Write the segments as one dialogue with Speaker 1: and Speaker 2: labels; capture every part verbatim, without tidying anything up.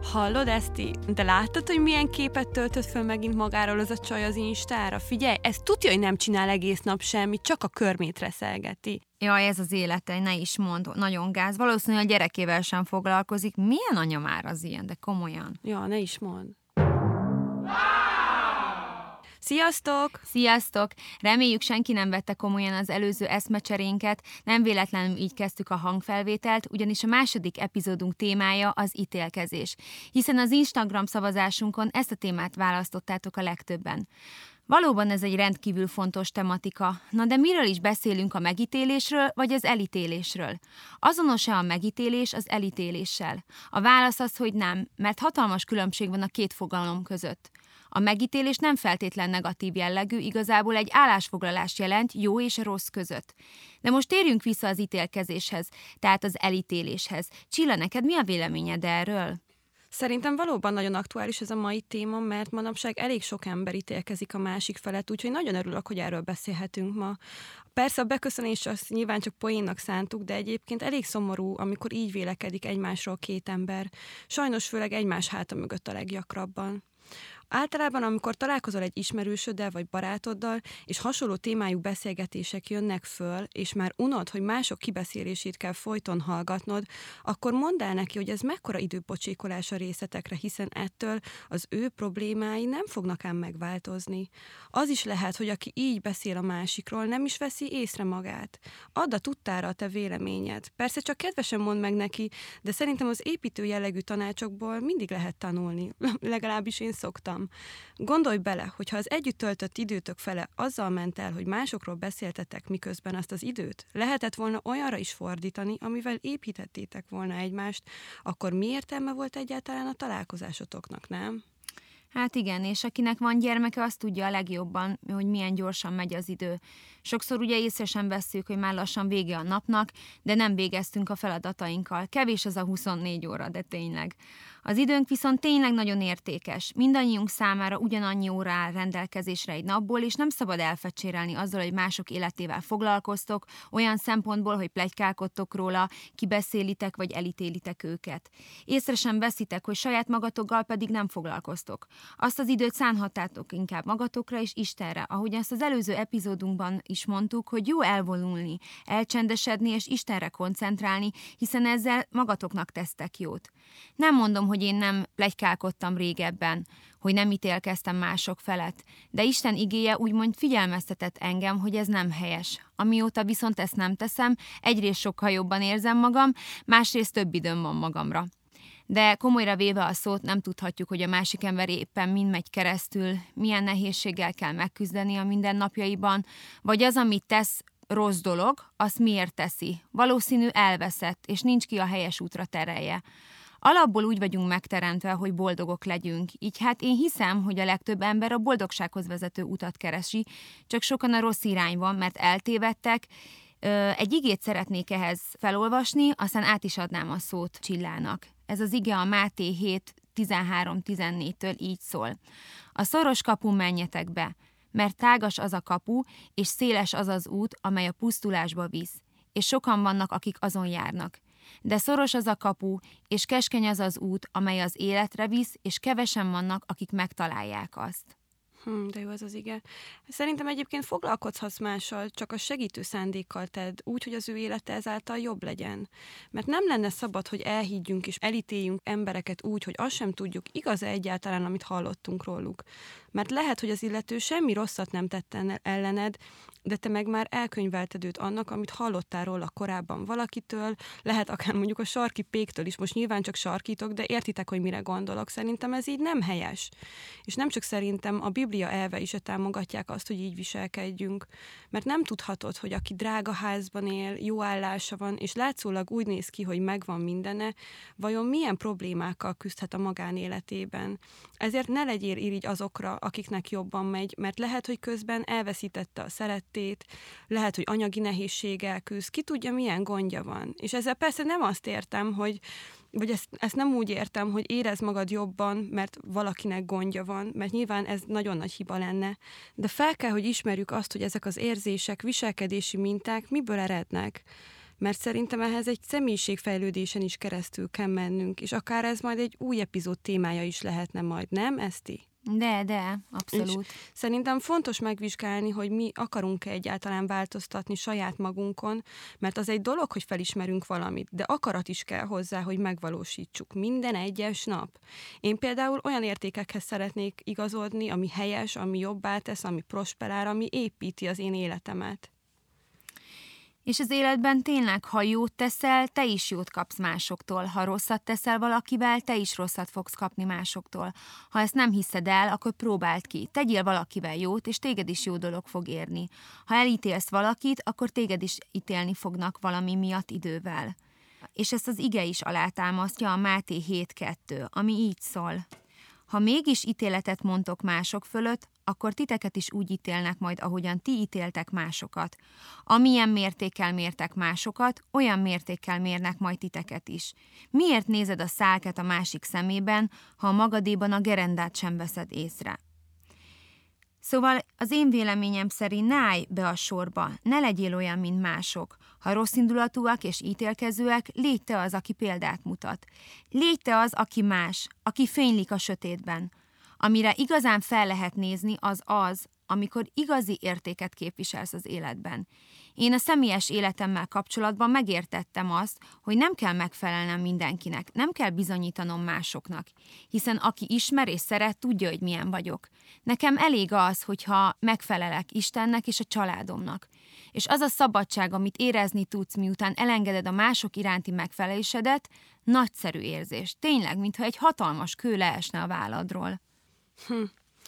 Speaker 1: Hallod, Eszti? De láttad, hogy milyen képet töltött föl megint magáról az a csaj az Instára? Figyelj, ez tudja, hogy nem csinál egész nap semmit, csak a körmét reszelgeti.
Speaker 2: Jaj, ez az élete, ne is mond, nagyon gáz. Valószínűleg a gyerekével sem foglalkozik. Milyen anya már az ilyen, de komolyan.
Speaker 1: Ja, ne is mond. Sziasztok!
Speaker 2: Sziasztok! Reméljük, senki nem vette komolyan az előző eszmecserénket, nem véletlenül így kezdtük a hangfelvételt, ugyanis a második epizódunk témája az ítélkezés, hiszen az Instagram szavazásunkon ezt a témát választottátok a legtöbben. Valóban ez egy rendkívül fontos tematika. Na de miről is beszélünk, a megítélésről vagy az elítélésről? Azonos-e a megítélés az elítéléssel? A válasz az, hogy nem, mert hatalmas különbség van a két fogalom között. A megítélés nem feltétlen negatív jellegű, igazából egy állásfoglalást jelent jó és rossz között. De most térjünk vissza az ítélkezéshez, tehát az elítéléshez. Csilla, neked mi a véleményed erről?
Speaker 1: Szerintem valóban nagyon aktuális ez a mai téma, mert manapság elég sok ember ítélkezik a másik felett, úgyhogy nagyon örülök, hogy erről beszélhetünk ma. Persze a beköszönés azt nyilván csak poénnak szántuk, de egyébként elég szomorú, amikor így vélekedik egymásról két ember. Sajnos főleg egymás háta mögött a leggyakrabban. Általában, amikor találkozol egy ismerősöddel vagy barátoddal, és hasonló témájú beszélgetések jönnek föl, és már unod, hogy mások kibeszélését kell folyton hallgatnod, akkor mondd el neki, hogy ez mekkora időpocsékolás a részletekre, hiszen ettől az ő problémái nem fognak ám megváltozni. Az is lehet, hogy aki így beszél a másikról, nem is veszi észre magát. Add a tudtára a te véleményed. Persze csak kedvesen mondd meg neki, de szerintem az építő jellegű tanácsokból mindig lehet tanulni. Legalábbis én szoktam. Gondolj bele, hogyha az együtt töltött időtök fele azzal ment el, hogy másokról beszéltetek, miközben azt az időt lehetett volna olyanra is fordítani, amivel építettétek volna egymást, akkor mi értelme volt egyáltalán a találkozásotoknak, nem?
Speaker 2: Hát igen, és akinek van gyermeke, azt tudja a legjobban, hogy milyen gyorsan megy az idő. Sokszor ugye észre sem vesszük, hogy már lassan vége a napnak, de nem végeztünk a feladatainkkal. Kevés az a huszonnégy óra, de tényleg. Az időnk viszont tényleg nagyon értékes. Mindannyiunk számára ugyanannyi óra áll rendelkezésre egy napból, és nem szabad elfecsérelni azzal, hogy mások életével foglalkoztok, olyan szempontból, hogy pletykálkodtok róla, kibeszélitek vagy elítélitek őket. Észre sem veszitek, hogy saját magatokkal pedig nem foglalkoztok. Azt az időt szánhattátok inkább magatokra és Istenre, ahogy azt az előző epizódunkban is mondtuk, hogy jó elvonulni, elcsendesedni és Istenre koncentrálni, hiszen ezzel magatoknak tesztek jót. Nem mondom, hogy én nem pletykálkodtam régebben, hogy nem ítélkeztem mások felett, de Isten igéje úgymond figyelmeztetett engem, hogy ez nem helyes. Amióta viszont ezt nem teszem, egyrészt sokkal jobban érzem magam, másrészt több időm van magamra. De komolyra véve a szót, nem tudhatjuk, hogy a másik ember éppen mind megy keresztül, milyen nehézséggel kell megküzdeni a mindennapjaiban, vagy az, amit tesz, rossz dolog, azt miért teszi. Valószínű elveszett, és nincs ki a helyes útra terelje. Alapból úgy vagyunk megteremtve, hogy boldogok legyünk, így hát én hiszem, hogy a legtöbb ember a boldogsághoz vezető utat keresi, csak sokan a rossz irányban, mert eltévedtek. Egy igét szeretnék ehhez felolvasni, aztán át is adnám a szót Csillának. Ez az ige a Máté hét tizenhárom tizennégytől így szól. A szoros kapun menjetek be, mert tágas az a kapu, és széles az az út, amely a pusztulásba visz, és sokan vannak, akik azon járnak. De szoros az a kapu, és keskeny az az út, amely az életre visz, és kevesen vannak, akik megtalálják azt.
Speaker 1: Hm, de jó ez az ige. Szerintem egyébként foglalkozhatsz mással, csak a segítő szándékkal tedd, úgy, hogy az ő élete ezáltal jobb legyen. Mert nem lenne szabad, hogy elhiggyünk és elítéljünk embereket úgy, hogy azt sem tudjuk, igaz-e egyáltalán, amit hallottunk róluk. Mert lehet, hogy az illető semmi rosszat nem tette ellened, de te meg már elkönyvelted őt annak, amit hallottál róla korábban valakitől, lehet akár mondjuk a sarki péktől is, most nyilván csak sarkítok, de értitek, hogy mire gondolok. Szerintem ez így nem helyes. És nem csak szerintem, a Biblia elve is támogatják azt, hogy így viselkedjünk. Mert nem tudhatod, hogy aki drága házban él, jó állása van, és látszólag úgy néz ki, hogy megvan mindene, vajon milyen problémákkal küzdhet a magánéletében. Ezért ne legyél irigy azokra, akiknek jobban megy, mert lehet, hogy közben elveszítette a szerettét, lehet, hogy anyagi nehézséggel küzd, ki tudja, milyen gondja van. És ezzel persze nem azt értem, hogy vagy ezt, ezt nem úgy értem, hogy érezd magad jobban, mert valakinek gondja van, mert nyilván ez nagyon nagy hiba lenne, de fel kell, hogy ismerjük azt, hogy ezek az érzések, viselkedési minták miből erednek. mert szerintem ehhez egy személyiségfejlődésen is keresztül kell mennünk, és akár ez majd egy új epizód témája is lehetne majd, nem, Eszti?
Speaker 2: De, de, abszolút.
Speaker 1: És szerintem fontos megvizsgálni, hogy mi akarunk-e egyáltalán változtatni saját magunkon, mert az egy dolog, hogy felismerünk valamit, de akarat is kell hozzá, hogy megvalósítsuk minden egyes nap. Én például olyan értékekhez szeretnék igazodni, ami helyes, ami jobbá tesz, ami prosperál, ami építi az én életemet.
Speaker 2: És az életben tényleg, ha jót teszel, te is jót kapsz másoktól. Ha rosszat teszel valakivel, te is rosszat fogsz kapni másoktól. Ha ezt nem hiszed el, akkor próbáld ki. Tegyél valakivel jót, és téged is jó dolog fog érni. Ha elítélsz valakit, akkor téged is ítélni fognak valami miatt idővel. És ezt az ige is alátámasztja, a Máté hét kettő, ami így szól. Ha mégis ítéletet mondtok mások fölött, akkor titeket is úgy ítélnek majd, ahogyan ti ítéltek másokat. Amilyen mértékkel mértek másokat, olyan mértékkel mérnek majd titeket is. Miért nézed a szálket a másik szemében, ha a magadéban a gerendát sem veszed észre? Szóval az én véleményem szerint ne állj be a sorba, ne legyél olyan, mint mások. Ha rosszindulatúak és ítélkezőek, légy te az, aki példát mutat. Légy te az, aki más, aki fénylik a sötétben. Amire igazán fel lehet nézni, az az, amikor igazi értéket képviselsz az életben. Én a személyes életemmel kapcsolatban megértettem azt, hogy nem kell megfelelnem mindenkinek, nem kell bizonyítanom másoknak, hiszen aki ismer és szeret, tudja, hogy milyen vagyok. Nekem elég az, hogyha megfelelek Istennek és a családomnak. És az a szabadság, amit érezni tudsz, miután elengeded a mások iránti megfelelésedet, nagyszerű érzés. Tényleg, mintha egy hatalmas kő leesne a válladról.
Speaker 1: Hm.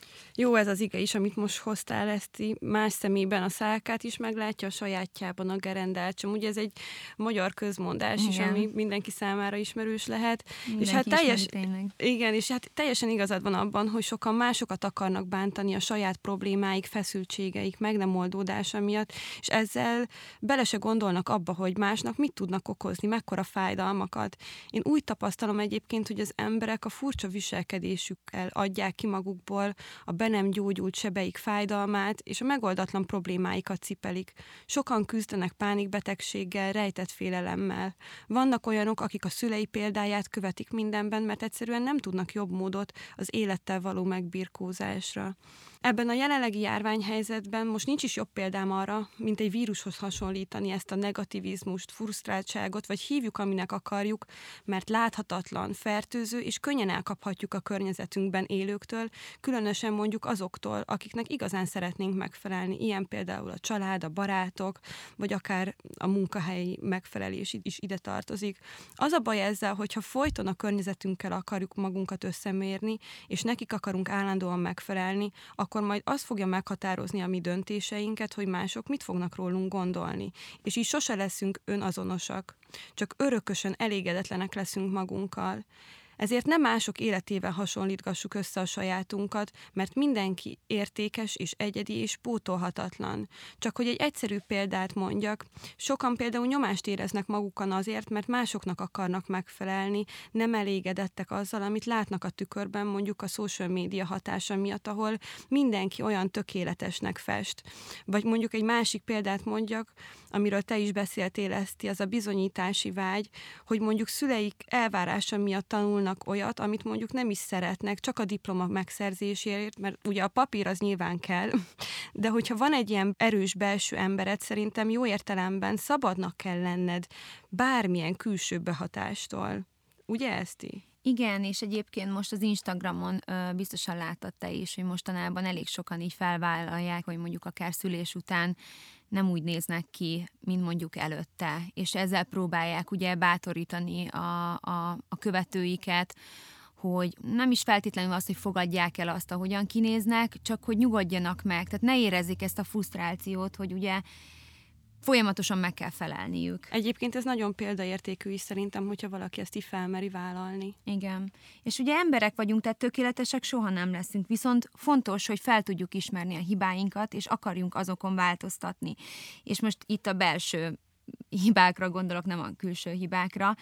Speaker 1: Jó ez az ige is, amit most hoztál, Eszti, más szemében a szálkát is meglátja, a sajátjában a gerendát sem. Ugye ez egy magyar közmondás is, ami mindenki számára ismerős lehet.
Speaker 2: Mindenki
Speaker 1: és hát teljes,
Speaker 2: ismeri,
Speaker 1: igen, és hát teljesen igazad van abban, hogy sokan másokat akarnak bántani a saját problémáik, feszültségeik, meg nem oldódása miatt, és ezzel bele se gondolnak abba, hogy másnak mit tudnak okozni, mekkora fájdalmakat. Én úgy tapasztalom egyébként, hogy az emberek a furcsa viselkedésükkel adják ki magukból a be nem gyógyult sebeik fájdalmát, és a megoldatlan problémáikat cipelik. Sokan küzdenek pánikbetegséggel, rejtett félelemmel. Vannak olyanok, akik a szülei példáját követik mindenben, mert egyszerűen nem tudnak jobb módot az élettel való megbirkózásra. Ebben a jelenlegi járványhelyzetben most nincs is jobb példám arra, mint egy vírushoz hasonlítani ezt a negativizmust, frusztráltságot, vagy hívjuk, aminek akarjuk, mert láthatatlan, fertőző, és könnyen elkaphatjuk a környezetünkben élőktől, különösen mondjuk azoktól, akiknek igazán szeretnénk megfelelni, ilyen például a család, a barátok, vagy akár a munkahelyi megfelelés is ide tartozik. Az a baj ezzel, hogyha folyton a környezetünkkel akarjuk magunkat összemérni, és nekik akarunk állandóan megfelelni, akkor majd az fogja meghatározni a mi döntéseinket, hogy mások mit fognak rólunk gondolni. És így sose leszünk önazonosak, csak örökösen elégedetlenek leszünk magunkkal. Ezért nem mások életével hasonlítgassuk össze a sajátunkat, mert mindenki értékes és egyedi és pótolhatatlan. Csak hogy egy egyszerű példát mondjak, sokan például nyomást éreznek magukon azért, mert másoknak akarnak megfelelni, nem elégedettek azzal, amit látnak a tükörben, mondjuk a social media hatása miatt, ahol mindenki olyan tökéletesnek fest. Vagy mondjuk egy másik példát mondjak, amiről te is beszéltél, Eszti, az a bizonyítási vágy, hogy mondjuk szüleik elvárása miatt tanulnak olyat, amit mondjuk nem is szeretnek, csak a diploma megszerzéséért, mert ugye a papír az nyilván kell, de hogyha van egy ilyen erős belső embered, szerintem jó értelemben szabadnak kell lenned bármilyen külső behatástól. Ugye, Eszti?
Speaker 2: Igen, és egyébként most az Instagramon ö, biztosan láttad te is, hogy mostanában elég sokan így felvállalják, hogy mondjuk akár szülés után nem úgy néznek ki, mint mondjuk előtte, és ezzel próbálják ugye bátorítani a, a, a követőiket, hogy nem is feltétlenül azt, hogy fogadják el azt, ahogyan kinéznek, csak hogy nyugodjanak meg, tehát ne érezzék ezt a frusztrációt, hogy ugye folyamatosan meg kell felelniük.
Speaker 1: Egyébként ez nagyon példaértékű is szerintem, hogyha valaki ezt így felmeri vállalni.
Speaker 2: Igen. És ugye emberek vagyunk, tehát tökéletesek soha nem leszünk, viszont fontos, hogy fel tudjuk ismerni a hibáinkat, és akarjunk azokon változtatni. És most itt a belső hibákra gondolok, nem a külső hibákra.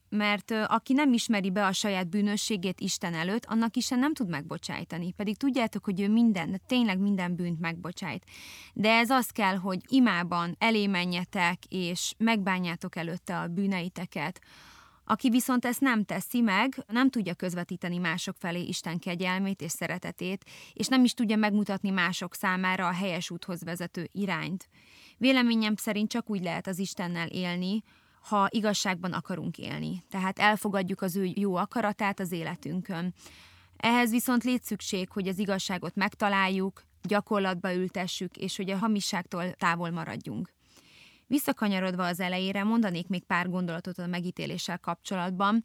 Speaker 2: mert aki nem ismeri be a saját bűnösségét Isten előtt, annak Isten nem tud megbocsájtani. Pedig tudjátok, hogy ő minden, tényleg minden bűnt megbocsájt. De ez az kell, hogy imában elé menjetek, és megbánjátok előtte a bűneiteket. Aki viszont ezt nem teszi meg, nem tudja közvetíteni mások felé Isten kegyelmét és szeretetét, és nem is tudja megmutatni mások számára a helyes úthoz vezető irányt. Véleményem szerint csak úgy lehet az Istennel élni, ha igazságban akarunk élni. Tehát elfogadjuk az ő jó akaratát az életünkön. Ehhez viszont létszükség, hogy az igazságot megtaláljuk, gyakorlatba ültessük, és hogy a hamisságtól távol maradjunk. Visszakanyarodva az elejére mondanék még pár gondolatot a megítéléssel kapcsolatban,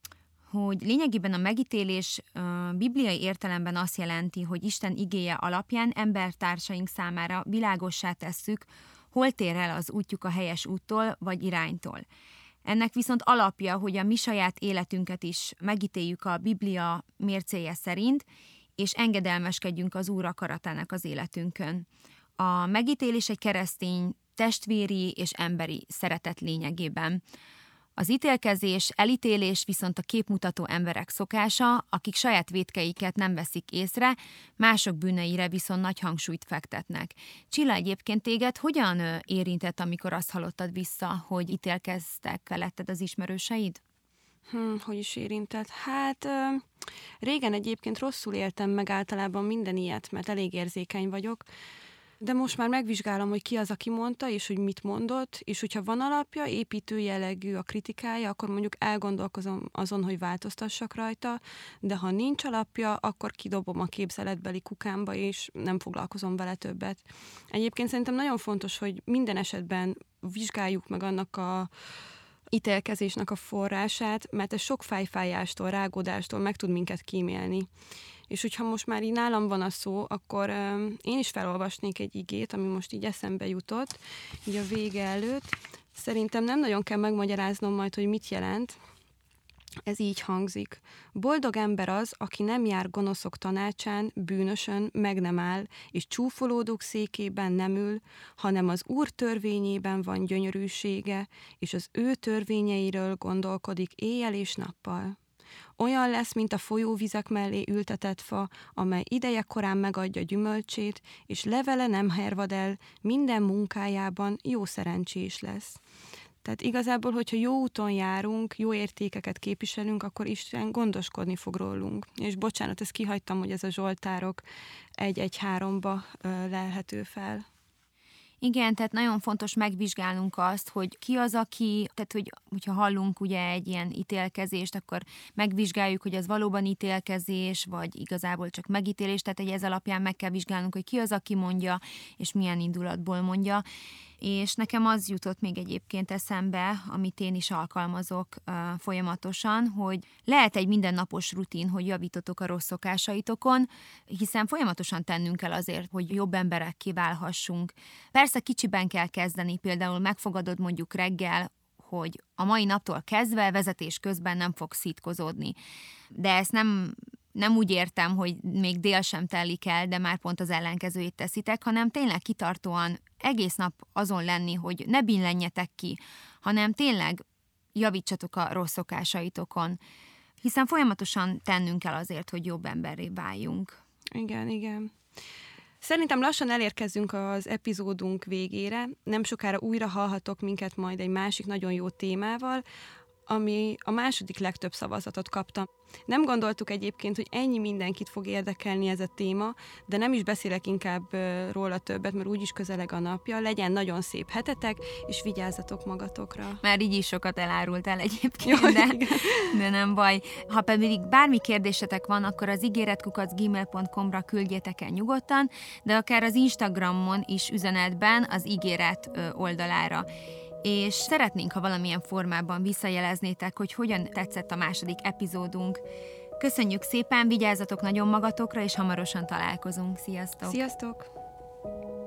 Speaker 2: hogy lényegében a megítélés uh, bibliai értelemben azt jelenti, hogy Isten igéje alapján embertársaink számára világossá tesszük, hol tér el az útjuk a helyes úttól vagy iránytól. Ennek viszont alapja, hogy a mi saját életünket is megítéljük a Biblia mércéje szerint, és engedelmeskedjünk az Úr akaratának az életünkön. A megítélés egy keresztény testvéri és emberi szeretet lényegében. Az ítélkezés, elítélés viszont a képmutató emberek szokása, akik saját vétkeiket nem veszik észre, mások bűneire viszont nagy hangsúlyt fektetnek. Csilla, egyébként téged hogyan érintett, amikor azt hallottad vissza, hogy ítélkeztek feletted az ismerőseid?
Speaker 1: Hmm, hogy is érintett? Hát euh, régen egyébként rosszul éltem meg általában minden ilyet, mert elég érzékeny vagyok, de most már megvizsgálom, hogy ki az, aki mondta, és hogy mit mondott, és hogyha van alapja, építő jellegű a kritikája, akkor mondjuk elgondolkozom azon, hogy változtassak rajta, de ha nincs alapja, akkor kidobom a képzeletbeli kukámba, és nem foglalkozom vele többet. Egyébként szerintem nagyon fontos, hogy minden esetben vizsgáljuk meg annak a ítélkezésnek a forrását, mert ez sok fájfájástól, rágódástól meg tud minket kímélni. És hogyha most már így nálam van a szó, akkor uh, én is felolvasnék egy igét, ami most így eszembe jutott, így a vége előtt. Szerintem nem nagyon kell megmagyaráznom majd, hogy mit jelent. Ez így hangzik. Boldog ember az, aki nem jár gonoszok tanácsán, bűnösön, meg nem áll, és csúfolódók székében nem ül, hanem az Úr törvényében van gyönyörűsége, és az ő törvényeiről gondolkodik éjjel és nappal. Olyan lesz, mint a folyóvizek mellé ültetett fa, amely ideje korán megadja gyümölcsét, és levele nem hervad el, minden munkájában jó szerencsés lesz. Tehát igazából, hogyha jó úton járunk, jó értékeket képviselünk, akkor Isten gondoskodni fog rólunk. És bocsánat, ezt kihagytam, hogy ez a Zsoltárok egy egy háromba lelhető fel.
Speaker 2: Igen, tehát nagyon fontos megvizsgálnunk azt, hogy ki az, aki, tehát hogy, hogyha hallunk ugye egy ilyen ítélkezést, akkor megvizsgáljuk, hogy az valóban ítélkezés, vagy igazából csak megítélés, tehát hogy ez alapján meg kell vizsgálnunk, hogy ki az, aki mondja, és milyen indulatból mondja. És nekem az jutott még egyébként eszembe, amit én is alkalmazok uh, folyamatosan, hogy lehet egy mindennapos rutin, hogy javítotok a rossz szokásaitokon, hiszen folyamatosan tennünk kell azért, hogy jobb emberek kiválhassunk. Persze kicsiben kell kezdeni, például megfogadod mondjuk reggel, hogy a mai naptól kezdve vezetés közben nem fogsz szitkozódni. De ezt nem... Nem úgy értem, hogy még dél sem telik el, de már pont az ellenkezőjét teszitek, hanem tényleg kitartóan egész nap azon lenni, hogy ne billenjetek ki, hanem tényleg javítsatok a rossz szokásaitokon. Hiszen folyamatosan tennünk kell azért, hogy jobb emberré váljunk.
Speaker 1: Igen, igen. Szerintem lassan elérkezzünk az epizódunk végére. Nem sokára újra hallhatok minket majd egy másik nagyon jó témával, ami a második legtöbb szavazatot kapta. Nem gondoltuk egyébként, hogy ennyi mindenkit fog érdekelni ez a téma, de nem is beszélek inkább róla többet, mert úgyis közeleg a napja. Legyen nagyon szép hetetek, és vigyázzatok magatokra.
Speaker 2: Már így is sokat elárultál egyébként, Jó, de, de nem baj. Ha pedig bármi kérdésetek van, akkor az ígéretkukac gmail pont com-ra küldjétek el nyugodtan, de akár az Instagramon is üzenetben az ígéret oldalára. És szeretnénk, ha valamilyen formában visszajeleznétek, hogy hogyan tetszett a második epizódunk. Köszönjük szépen, vigyázzatok nagyon magatokra, és hamarosan találkozunk. Sziasztok!
Speaker 1: Sziasztok!